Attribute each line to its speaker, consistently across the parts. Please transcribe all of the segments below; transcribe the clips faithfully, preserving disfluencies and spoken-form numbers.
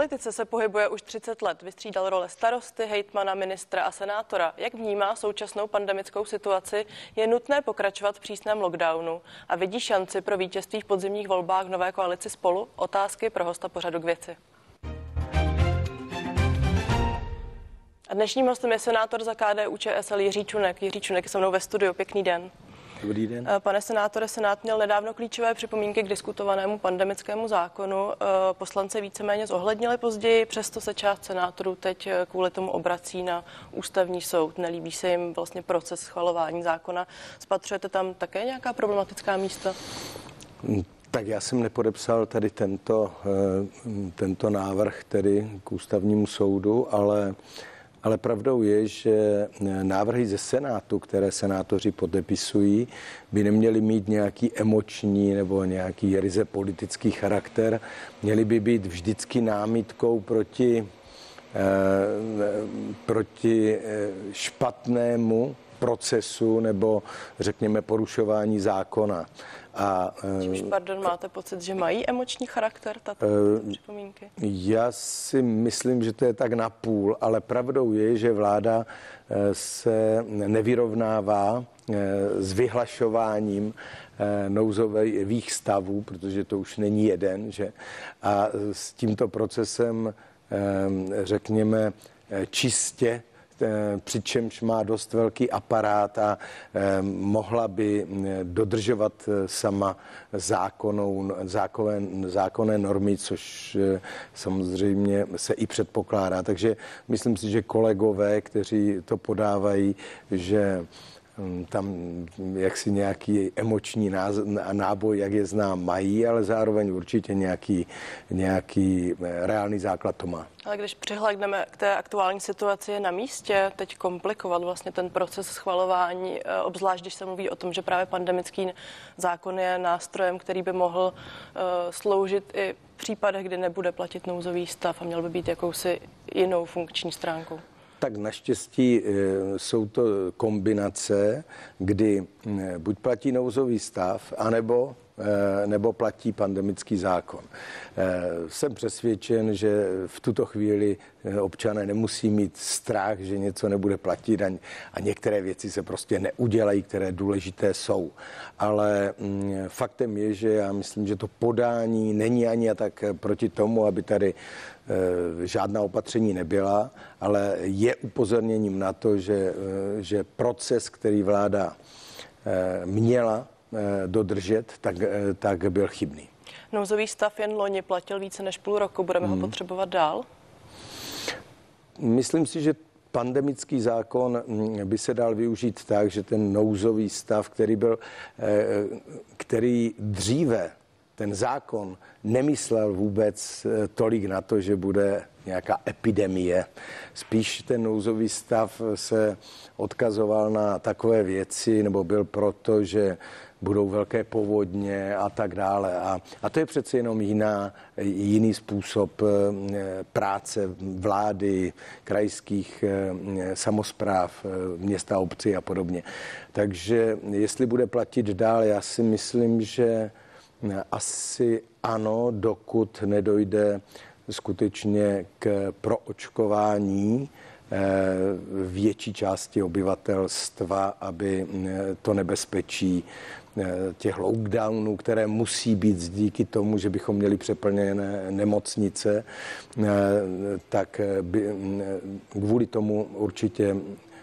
Speaker 1: politice se pohybuje už třicet let. Vystřídal role starosty, hejtmana, ministra a senátora. Jak vnímá současnou pandemickou situaci, je nutné pokračovat v přísném lockdownu a vidí šanci pro vítězství v podzimních volbách v nové koalici Spolu? Otázky pro hosta pořadu K věci. A dnešním hostem je senátor za K D U Č S L Jiří Čunek. Jiří Čunek je se mnou ve studiu. Pěkný den.
Speaker 2: Dobrý den.
Speaker 1: Pane senátore, Senát měl nedávno klíčové připomínky k diskutovanému pandemickému zákonu. Poslanci víceméně zohlednili později, přesto se část senátorů teď kvůli tomu obrací na ústavní soud. Nelíbí se jim vlastně proces schvalování zákona. Spatřujete tam také nějaká problematická místa?
Speaker 2: Tak já jsem nepodepsal tady tento, tento návrh tedy k ústavnímu soudu, ale Ale pravdou je, že návrhy ze Senátu, které senátoři podepisují, by neměly mít nějaký emoční nebo nějaký ryze politický charakter. Měly by být vždycky námitkou proti, eh, proti špatnému procesu nebo řekněme porušování zákona.
Speaker 1: A, Čímž, pardon, máte pocit, že mají emoční charakter tato uh, připomínky?
Speaker 2: Já si myslím, že to je tak napůl, ale pravdou je, že vláda se nevyrovnává s vyhlašováním nouzových stavů, protože to už není jeden, že? A s tímto procesem, řekněme, čistě, přičemž má dost velký aparát a eh, mohla by dodržovat sama zákonnou, zákonné, zákonné normy, což eh, samozřejmě se i předpokládá. Takže myslím si, že kolegové, kteří to podávají, že tam jaksi nějaký emoční náboj, jak je znám, mají, ale zároveň určitě nějaký, nějaký reálný základ to má.
Speaker 1: Ale když přihlédneme k té aktuální situaci, je na místě teď komplikovat vlastně ten proces schvalování, obzvlášť když se mluví o tom, že právě pandemický zákon je nástrojem, který by mohl uh, sloužit i v případech, kdy nebude platit nouzový stav a měl by být jakousi jinou funkční stránkou.
Speaker 2: Tak naštěstí jsou to kombinace, kdy buď platí nouzový stav, anebo nebo platí pandemický zákon. Jsem přesvědčen, že v tuto chvíli občané nemusí mít strach, že něco nebude platit a některé věci se prostě neudělají, které důležité jsou. Ale faktem je, že já myslím, že to podání není ani tak proti tomu, aby tady žádná opatření nebyla, ale je upozorněním na to, že, že proces, který vláda měla dodržet, tak, tak byl chybný.
Speaker 1: Nouzový stav jen loni platil více než půl roku. Budeme hmm. ho potřebovat dál?
Speaker 2: Myslím si, že pandemický zákon by se dal využít tak, že ten nouzový stav, který byl, který dříve ten zákon nemyslel vůbec tolik na to, že bude nějaká epidemie. Spíš ten nouzový stav se odkazoval na takové věci, nebo byl proto, že budou velké povodně a tak dále. A, a to je přece jenom jiná, jiný způsob práce vlády, krajských samospráv, města, obcí a podobně. Takže jestli bude platit dál, já si myslím, že asi ano, dokud nedojde skutečně k proočkování větší části obyvatelstva, aby to nebezpečí těch lockdownů, které musí být díky tomu, že bychom měli přeplněné nemocnice, tak by, kvůli tomu určitě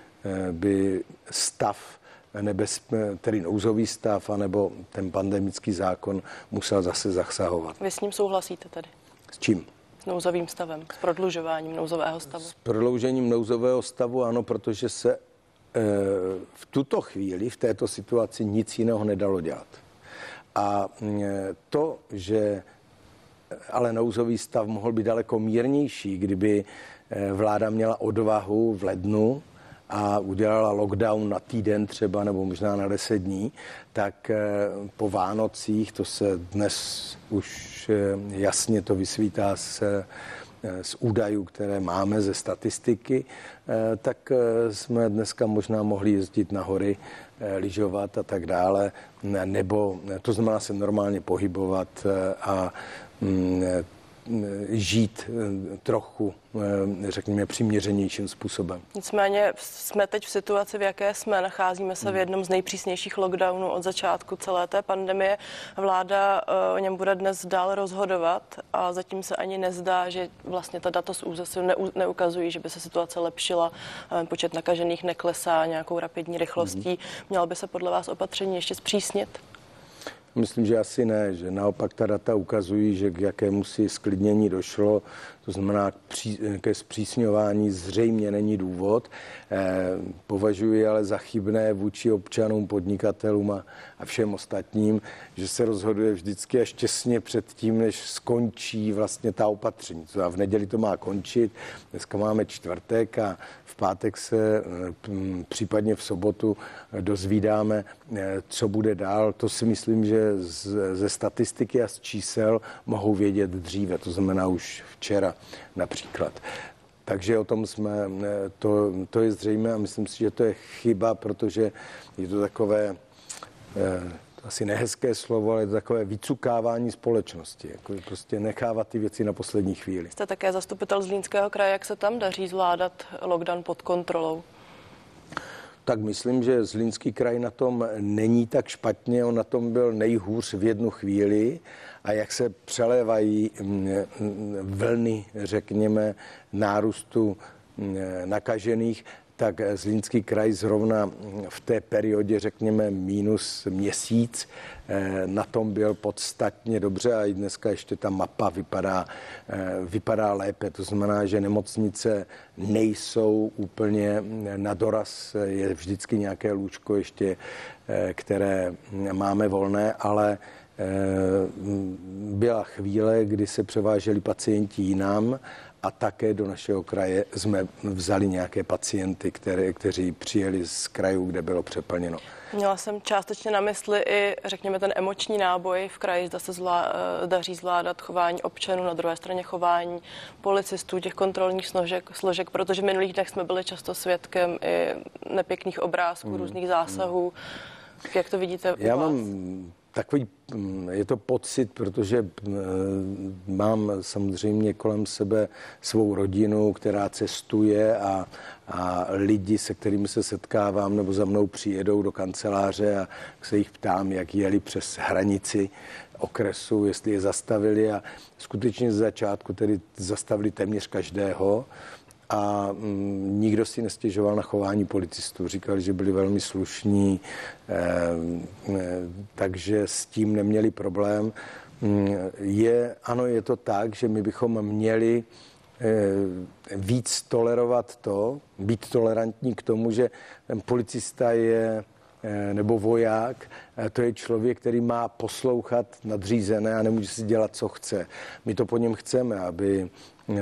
Speaker 2: by stav, nebez, tedy nouzový stav, anebo ten pandemický zákon musel zase zasahovat.
Speaker 1: Vy s ním souhlasíte tedy?
Speaker 2: S čím?
Speaker 1: S nouzovým stavem, s prodlužováním nouzového stavu. S
Speaker 2: prodloužením nouzového stavu, ano, protože se e, v tuto chvíli, v této situaci nic jiného nedalo dělat. A e, to, že ale nouzový stav mohl být daleko mírnější, kdyby e, vláda měla odvahu v lednu a udělala lockdown na týden třeba, nebo možná na deset dní, tak po Vánocích, to se dnes už jasně to vysvítá z, z údajů, které máme ze statistiky, tak jsme dneska možná mohli jezdit na hory, lyžovat a tak dále, nebo to znamená se normálně pohybovat a žít trochu, řekněme, přiměřenějším způsobem.
Speaker 1: Nicméně jsme teď v situaci, v jaké jsme. Nacházíme se v jednom z nejpřísnějších lockdownů od začátku celé té pandemie. Vláda o něm bude dnes dál rozhodovat a zatím se ani nezdá, že vlastně ta data z ÚZSu neukazují, že by se situace lepšila, počet nakažených neklesá nějakou rapidní rychlostí. Mělo by se podle vás opatření ještě zpřísnit?
Speaker 2: Myslím, že asi ne, že naopak ta data ukazují, že k jakému si sklidnění došlo, to znamená ke zpřísňování zřejmě není důvod. Považuji ale za chybné vůči občanům, podnikatelům a, a všem ostatním, že se rozhoduje vždycky až těsně před tím, než skončí vlastně ta opatření. A v neděli to má končit, dneska máme čtvrtek a v pátek se případně v sobotu dozvídáme, co bude dál. To si myslím, že ze statistiky a z čísel mohou vědět dříve, to znamená už včera například. Takže o tom jsme, to, to je zřejmé a myslím si, že to je chyba, protože je to takové, to asi nehezké slovo, ale je to takové vycukávání společnosti, jako prostě nechávat ty věci na poslední chvíli.
Speaker 1: Jste také zastupitel Zlínského kraje, jak se tam daří zvládat lockdown pod kontrolou?
Speaker 2: Tak myslím, že Zlínský kraj na tom není tak špatně, on na tom byl nejhůř v jednu chvíli a jak se přelévají vlny, řekněme, nárůstu nakažených, tak Zlínský kraj zrovna v té periodě, řekněme, minus měsíc, na tom byl podstatně dobře a i dneska ještě ta mapa vypadá, vypadá lépe. To znamená, že nemocnice nejsou úplně na doraz, je vždycky nějaké lůžko ještě, které máme volné, ale byla chvíle, kdy se převáželi pacienti jinam a také do našeho kraje jsme vzali nějaké pacienty, které, kteří přijeli z krajů, kde bylo přeplněno.
Speaker 1: Měla jsem částečně na mysli i, řekněme, ten emoční náboj v kraji, zda se zvlá, daří zvládat chování občanů, na druhé straně chování policistů, těch kontrolních složek, složek, protože v minulých dnech jsme byli často svědkem i nepěkných obrázků, hmm. různých zásahů. Hmm. Jak to vidíte u
Speaker 2: Já
Speaker 1: vás?
Speaker 2: mám takový, je to pocit, protože mám samozřejmě kolem sebe svou rodinu, která cestuje a, a lidi, se kterými se setkávám nebo za mnou přijedou do kanceláře a se jich ptám, jak jeli přes hranici okresu, jestli je zastavili a skutečně z začátku tedy zastavili téměř každého. A mm, nikdo si nestěžoval na chování policistů. Říkali, že byli velmi slušní, eh, eh, takže s tím neměli problém. Mm, je, ano, je to tak, že my bychom měli eh, víc tolerovat to, být tolerantní k tomu, že ten policista je eh, nebo voják, eh, to je člověk, který má poslouchat nadřízené a nemůže si dělat, co chce. My to po něm chceme, aby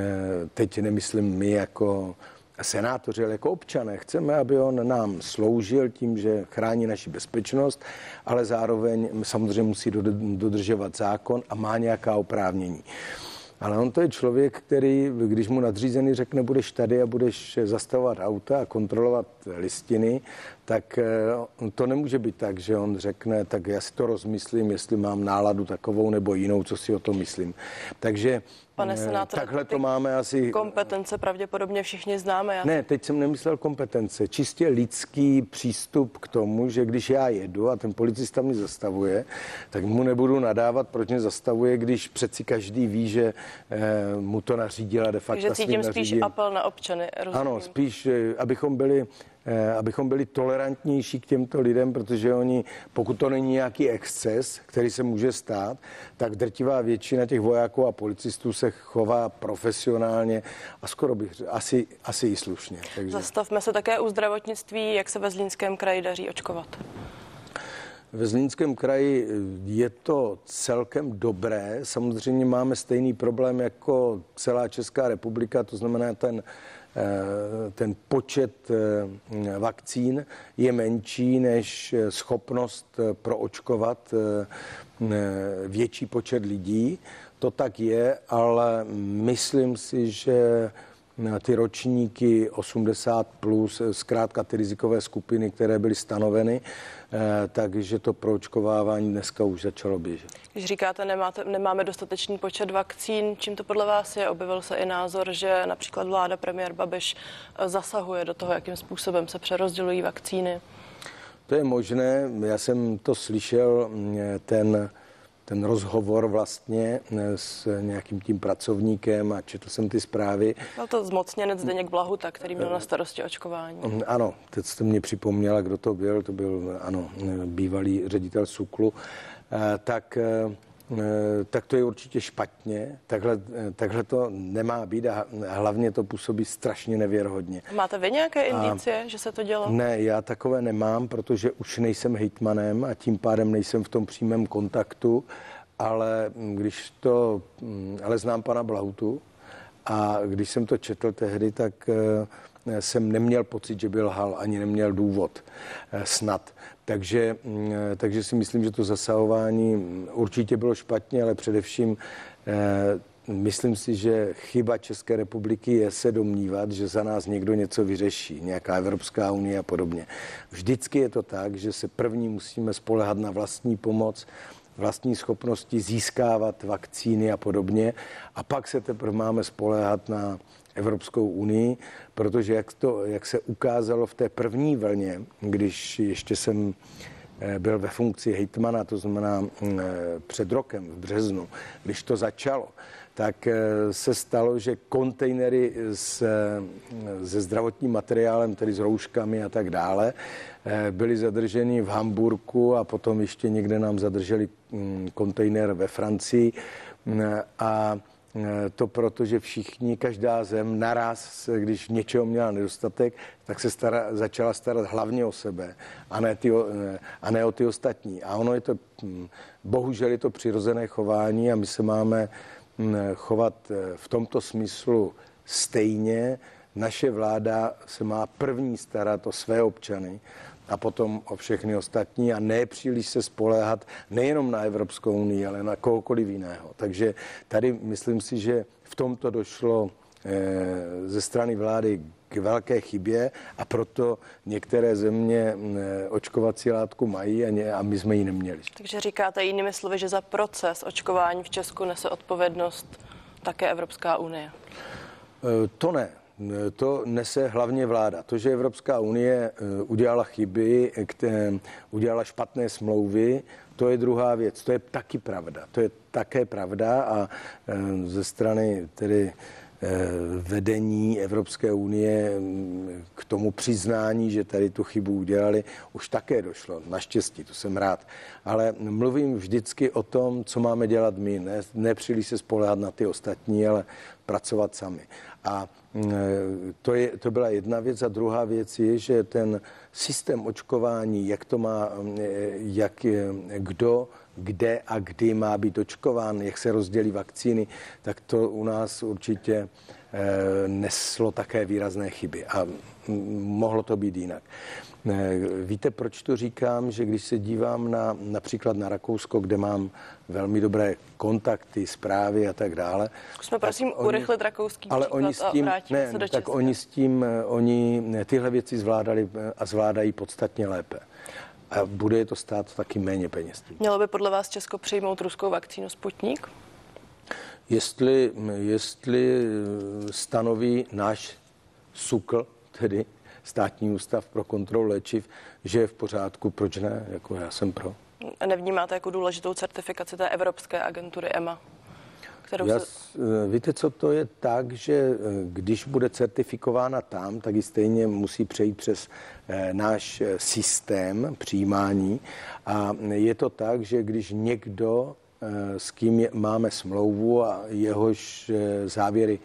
Speaker 2: teď nemyslím my jako senátoři, ale jako občané. Chceme, aby on nám sloužil tím, že chrání naši bezpečnost, ale zároveň samozřejmě musí dodržovat zákon a má nějaká oprávnění. Ale on to je člověk, který, když mu nadřízený řekne, budeš tady a budeš zastavovat auta a kontrolovat listiny, tak to nemůže být tak, že on řekne, tak já si to rozmyslím, jestli mám náladu takovou nebo jinou, co si o tom myslím. Takže
Speaker 1: Pane senátore,
Speaker 2: takhle to máme asi...
Speaker 1: Kompetence pravděpodobně všichni známe. Já...
Speaker 2: Ne, teď jsem nemyslel kompetence. Čistě lidský přístup k tomu, že když já jedu a ten policista mě zastavuje, tak mu nebudu nadávat, proč mě zastavuje, když přeci každý ví, že eh, mu to nařídila de facto.
Speaker 1: Takže cítím spíš apel na občany. Rozumím.
Speaker 2: Ano, spíš, abychom byli abychom byli tolerantnější k těmto lidem, protože oni, pokud to není nějaký exces, který se může stát, tak drtivá většina těch vojáků a policistů se chová profesionálně a skoro bych řekl, asi, asi i slušně. Takže...
Speaker 1: Zastavme se také u zdravotnictví, jak se ve Zlínském kraji daří očkovat.
Speaker 2: Ve Zlínském kraji je to celkem dobré. Samozřejmě máme stejný problém jako celá Česká republika, to znamená ten ten počet vakcín je menší než schopnost proočkovat větší počet lidí. To tak je, ale myslím si, že ty ročníky osmdesát plus, zkrátka ty rizikové skupiny, které byly stanoveny, takže to proočkovávání dneska už začalo běžet.
Speaker 1: Když říkáte, nemáte, nemáme dostatečný počet vakcín, čím to podle vás je? Objevil se i názor, že například vláda, premiér Babiš zasahuje do toho, jakým způsobem se přerozdělují vakcíny.
Speaker 2: To je možné, já jsem to slyšel, ten, ten rozhovor vlastně s nějakým tím pracovníkem a četl jsem ty zprávy.
Speaker 1: Byl to zmocněnec Zdeněk Blahuta, který měl na starosti očkování.
Speaker 2: Ano, teď jste mě připomněla, kdo to byl, to byl, ano, bývalý ředitel SÚKLu, tak... tak to je určitě špatně. Takhle, takhle to nemá být a hlavně to působí strašně nevěrohodně. Máte
Speaker 1: vy nějaké indicie, a že se to dělo?
Speaker 2: Ne, já takové nemám, protože už nejsem hejtmanem a tím pádem nejsem v tom přímém kontaktu, ale když to, ale znám pana Blahutu a když jsem to četl tehdy, tak jsem neměl pocit, že byl lhal, ani neměl důvod snad. Takže, takže si myslím, že to zasahování určitě bylo špatně, ale především eh, myslím si, že chyba České republiky je se domnívat, že za nás někdo něco vyřeší, nějaká Evropská unie a podobně. Vždycky je to tak, že se první musíme spoléhat na vlastní pomoc, vlastní schopnosti získávat vakcíny a podobně a pak se teprve máme spoléhat na Evropskou unii, protože jak, to, jak se ukázalo v té první vlně, když ještě jsem byl ve funkci hejtmana, to znamená před rokem v březnu, když to začalo, tak se stalo, že kontejnery s, se zdravotním materiálem, tedy s rouškami a tak dále, byly zadrženy v Hamburku a potom ještě někde nám zadrželi kontejner ve Francii a to proto, že všichni, každá zem naraz, když něčeho měla nedostatek, tak se stara, začala starat hlavně o sebe a ne, ty, a ne o ty ostatní. A ono je to, bohužel je to přirozené chování a my se máme chovat v tomto smyslu stejně. Naše vláda se má první starat o své občany a potom o všechny ostatní a ne příliš se spoléhat nejenom na Evropskou unii, ale na kohokoliv jiného. Takže tady myslím si, že v tomto došlo e, ze strany vlády k velké chybě a proto některé země e, očkovací látku mají a, ně, a my jsme ji neměli.
Speaker 1: Takže říkáte jinými slovy, že za proces očkování v Česku nese odpovědnost také Evropská unie?
Speaker 2: E, to ne. To nese hlavně vláda. To, že Evropská unie udělala chyby, udělala špatné smlouvy, to je druhá věc. To je taky pravda. To je také pravda a ze strany tedy vedení Evropské unie k tomu přiznání, že tady tu chybu udělali, už také došlo. Naštěstí, to jsem rád. Ale mluvím vždycky o tom, co máme dělat my. Ne, nepříliš se spoléhat na ty ostatní, ale pracovat sami. A to, je, to byla jedna věc. A druhá věc je, že ten systém očkování, jak to má, jak, kdo, kde a kdy má být očkován, jak se rozdělí vakcíny, tak to u nás určitě neslo také výrazné chyby a mohlo to být jinak. Víte, proč to říkám, že když se dívám na, například na Rakousko, kde mám velmi dobré kontakty, zprávy a tak dále.
Speaker 1: Zkusme prosím urychlit rakouský
Speaker 2: ale
Speaker 1: příklad
Speaker 2: oni s tím,
Speaker 1: a vrátíme
Speaker 2: ne,
Speaker 1: se do
Speaker 2: tak
Speaker 1: Česka.
Speaker 2: oni s tím, oni tyhle věci zvládali a zvládají podstatně lépe. A bude to stát taky méně peněz.
Speaker 1: Mělo by podle vás Česko přijmout ruskou vakcínu Sputnik?
Speaker 2: Jestli, jestli stanoví náš SÚKL, tedy Státní ústav pro kontrolu léčiv, že je v pořádku, proč ne? Jako já jsem pro.
Speaker 1: A nevnímáte jako důležitou certifikaci té Evropské agentury E M A? Kterou
Speaker 2: já,
Speaker 1: se...
Speaker 2: Víte, co to je tak, že když bude certifikována tam, tak ji stejně musí přejít přes náš systém přijímání. A je to tak, že když někdo, s kým máme smlouvu a jehož závěry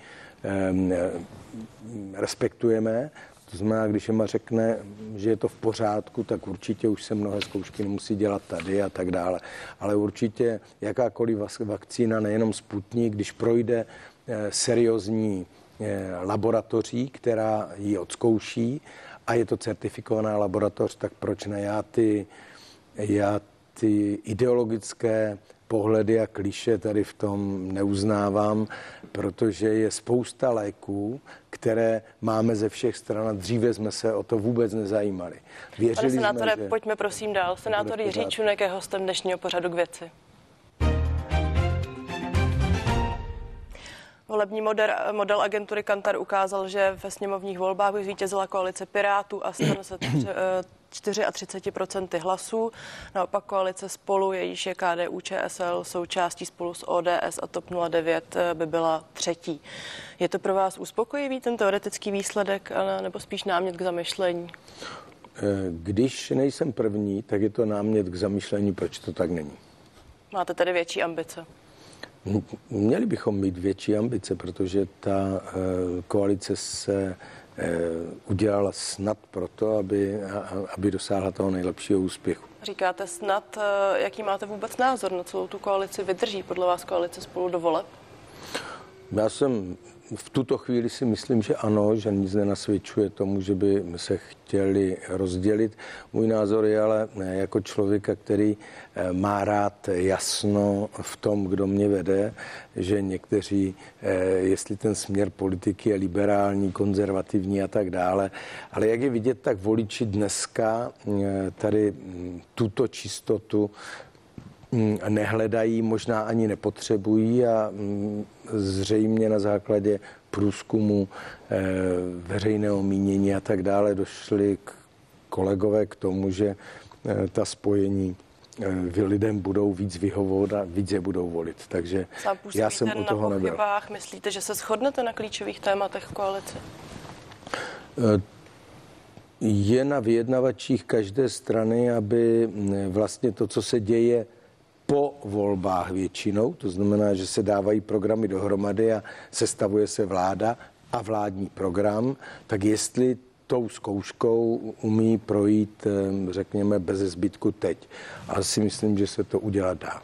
Speaker 2: respektujeme, to znamená, když Ema řekne, že je to v pořádku, tak určitě už se mnohé zkoušky nemusí dělat tady a tak dále. Ale určitě jakákoliv vakcína, nejenom Sputnik, když projde seriózní laboratoří, která ji odzkouší a je to certifikovaná laboratoř, tak proč ne? Já ty, já ty ideologické pohledy a klišé tady v tom neuznávám, protože je spousta léků, které máme ze všech stran a dříve jsme se o to vůbec nezajímali.
Speaker 1: Věřili Pane senátore, jsme, že... pojďme prosím dál. Senátor Jiří Čunek je hostem dnešního pořadu K věci. Volební model, model agentury Kantar ukázal, že ve sněmovních volbách zvítězila koalice Pirátů a STAN se třicet čtyři procent hlasů. Naopak koalice Spolu, jejíž je K D U Č S L součástí spolu s O D S a TOP nula devět, by byla třetí. Je to pro vás uspokojivý ten teoretický výsledek nebo spíš námět k zamyšlení?
Speaker 2: Když nejsem první, tak je to námět k zamyšlení, proč to tak není.
Speaker 1: Máte tedy větší ambice?
Speaker 2: Měli bychom mít větší ambice, protože ta koalice se udělala snad proto, aby, aby dosáhla toho nejlepšího úspěchu.
Speaker 1: Říkáte snad, jaký máte vůbec názor na celou tu koalici? Vydrží podle vás koalice Spolu do voleb? Já
Speaker 2: jsem v tuto chvíli si myslím, že ano, že nic nenasvědčuje tomu, že by se chtěli rozdělit. Můj názor je ale jako člověka, který má rád jasno v tom, kdo mě vede, že někteří, jestli ten směr politiky je liberální, konzervativní a tak dále, ale jak je vidět, tak voliči dneska tady tuto čistotu nehledají, možná ani nepotřebují a zřejmě na základě průzkumu veřejného mínění a tak dále došli k kolegové k tomu, že ta spojení lidem budou víc vyhovovat a víc je budou volit. Takže já jsem u toho nebyl.
Speaker 1: Myslíte, že se shodnete na klíčových tématech v koalici?
Speaker 2: Je na vyjednavačích každé strany, aby vlastně to, co se děje po volbách většinou, to znamená, že se dávají programy dohromady a sestavuje se vláda a vládní program, tak jestli tou zkouškou umí projít, řekněme, bez zbytku teď. Ale si myslím, že se to udělat dá.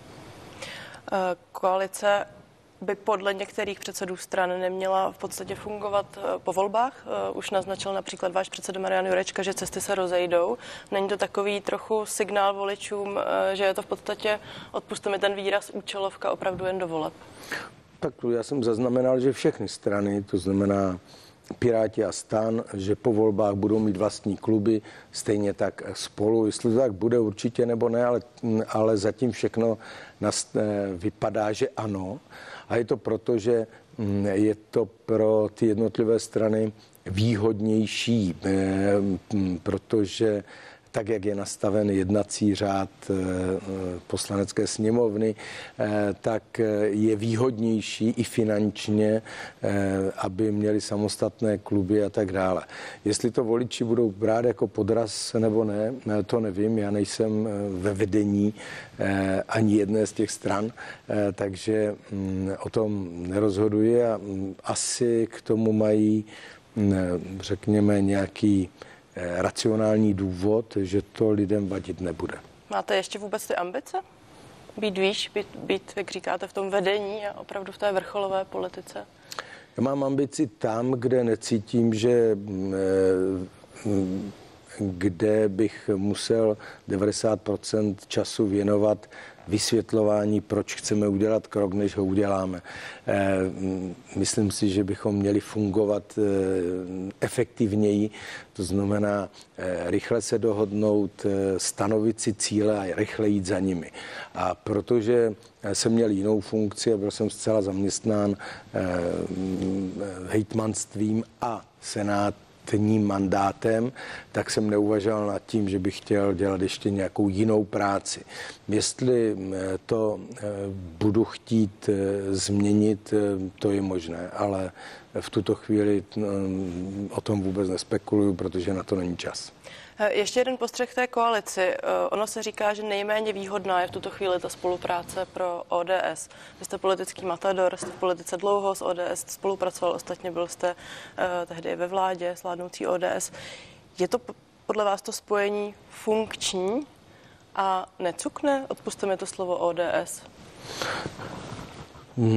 Speaker 1: Koalice by podle některých předsedů stran neměla v podstatě fungovat po volbách. Už naznačil například váš předseda Marian Jurečka, že cesty se rozejdou. Není to takový trochu signál voličům, že je to v podstatě, odpusťte mi ten výraz, účelovka opravdu jen do voleb?
Speaker 2: Tak já jsem zaznamenal, že všechny strany, to znamená Piráti a STAN, že po volbách budou mít vlastní kluby, stejně tak Spolu. Jestli to tak bude, určitě nebo ne, ale, ale zatím všechno nas, vypadá, že ano. A je to proto, že je to pro ty jednotlivé strany výhodnější, protože tak, jak je nastaven jednací řád Poslanecké sněmovny, tak je výhodnější i finančně, aby měli samostatné kluby a tak dále. Jestli to voliči budou brát jako podraz nebo ne, to nevím. Já nejsem ve vedení ani jedné z těch stran, takže o tom nerozhoduji a asi k tomu mají, řekněme, nějaký racionální důvod, že to lidem vadit nebude.
Speaker 1: Máte ještě vůbec ty ambice? Být výš, být, být, jak říkáte, v tom vedení a opravdu v té vrcholové politice?
Speaker 2: Já mám ambici tam, kde necítím, že kde bych musel devadesát procent času věnovat vysvětlování, proč chceme udělat krok, než ho uděláme. Myslím si, že bychom měli fungovat efektivněji, to znamená rychle se dohodnout, stanovit si cíle a rychle jít za nimi. A protože jsem měl jinou funkci a byl jsem zcela zaměstnán hejtmanstvím a senát, tím mandátem, tak jsem neuvažoval nad tím, že bych chtěl dělat ještě nějakou jinou práci. Jestli to budu chtít změnit, to je možné, ale v tuto chvíli o tom vůbec nespekuluju, protože na to není čas.
Speaker 1: Ještě jeden postřeh té koalici. Ono se říká, že nejméně výhodná je v tuto chvíli ta spolupráce pro O D S. Vy jste politický matador, jste v politice dlouho, s O D S spolupracoval, ostatně byl jste uh, tehdy ve vládě s vládnoucí O D S. Je to podle vás to spojení funkční a necukne? Odpusťte mi to slovo O D S.
Speaker 2: Hmm,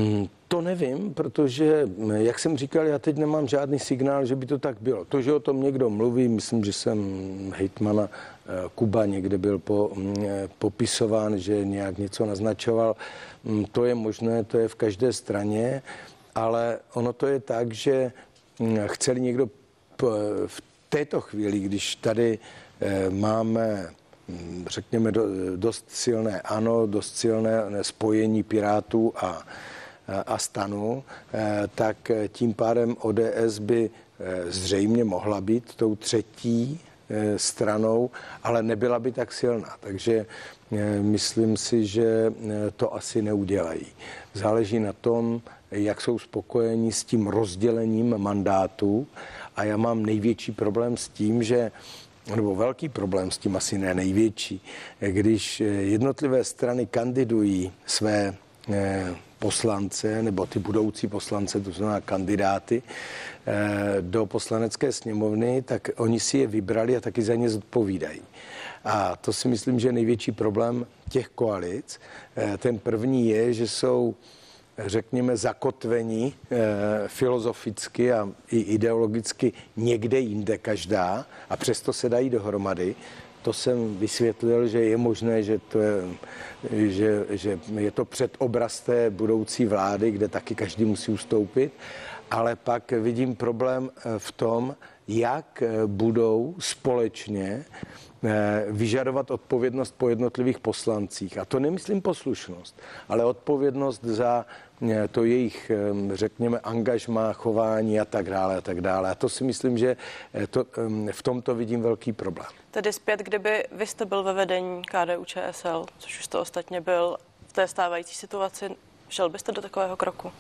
Speaker 2: To nevím, protože, jak jsem říkal, já teď nemám žádný signál, že by to tak bylo. To, že o tom někdo mluví, myslím, že jsem hejtmana Kuba někde byl po, popisován, že nějak něco naznačoval. To je možné, to je v každé straně, ale ono to je tak, že chce-li někdo v této chvíli, když tady máme, řekněme, dost silné ANO, dost silné spojení Pirátů a a stanu, tak tím pádem O D S by zřejmě mohla být tou třetí stranou, ale nebyla by tak silná. Takže myslím si, že to asi neudělají. Záleží na tom, jak jsou spokojeni s tím rozdělením mandátů a já mám největší problém s tím, že nebo velký problém s tím, asi ne největší, když jednotlivé strany kandidují své poslance nebo ty budoucí poslance, to znamená kandidáty do poslanecké sněmovny, tak oni si je vybrali a taky za ně zodpovídají. A to si myslím, že je největší problém těch koalic. Ten první je, že jsou, řekněme, zakotveni filozoficky a i ideologicky někde jinde každá a přesto se dají dohromady. To jsem vysvětlil, že je možné, že to je, že, že je to předobraz té budoucí vlády, kde taky každý musí ustoupit, ale pak vidím problém v tom, jak budou společně vyžadovat odpovědnost po jednotlivých poslancích. A to nemyslím poslušnost, ale odpovědnost za to jejich, řekněme, angažmá, chování a tak dále a tak dále. A to si myslím, že to, v tomto vidím velký problém.
Speaker 1: Tedy zpět, kdyby vy jste byl ve vedení K D U Č S L, což už jste ostatně byl v té stávající situaci, šel byste do takového kroku?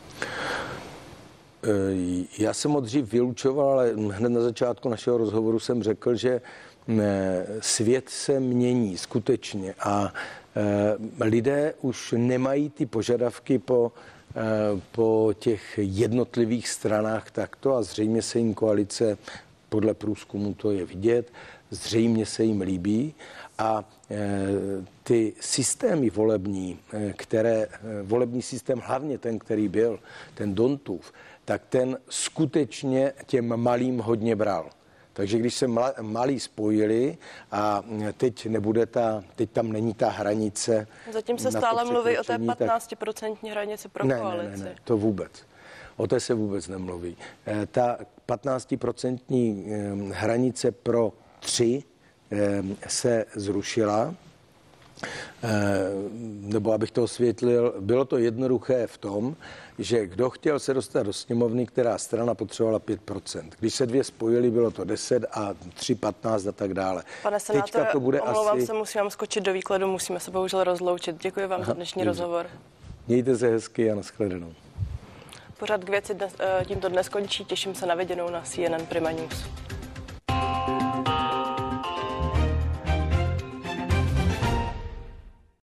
Speaker 2: Já jsem ho dřív vylučoval, ale hned na začátku našeho rozhovoru jsem řekl, že svět se mění skutečně a lidé už nemají ty požadavky po, po těch jednotlivých stranách takto a zřejmě se jim koalice, podle průzkumu to je vidět, zřejmě se jim líbí a ty systémy volební, které, volební systém, hlavně ten, který byl, ten Dontův, tak ten skutečně těm malým hodně bral. Takže když se malí spojili a teď nebude ta, teď tam není ta hranice.
Speaker 1: Zatím se stále mluví o té patnáctiprocentní hranici pro
Speaker 2: ne,
Speaker 1: koalici.
Speaker 2: Ne, ne, ne, to vůbec. O té se vůbec nemluví. Ta patnáctiprocentní hranice pro tři se zrušila. Nebo abych to osvětlil, bylo to jednoduché v tom, že kdo chtěl se dostat do sněmovny, která strana potřebovala pět procent. Když se dvě spojily, bylo to deset a tři patnáct a tak dále.
Speaker 1: Pane senátore, to bude omlouvám asi... se, musím vám skočit do výkladu, musíme se bohužel rozloučit. Děkuji vám Aha, za dnešní dobře. rozhovor.
Speaker 2: Mějte se hezky a nashledanou.
Speaker 1: Pořad k věci dnes, tímto dnes končí, těším se na viděnou na C N N Prima News.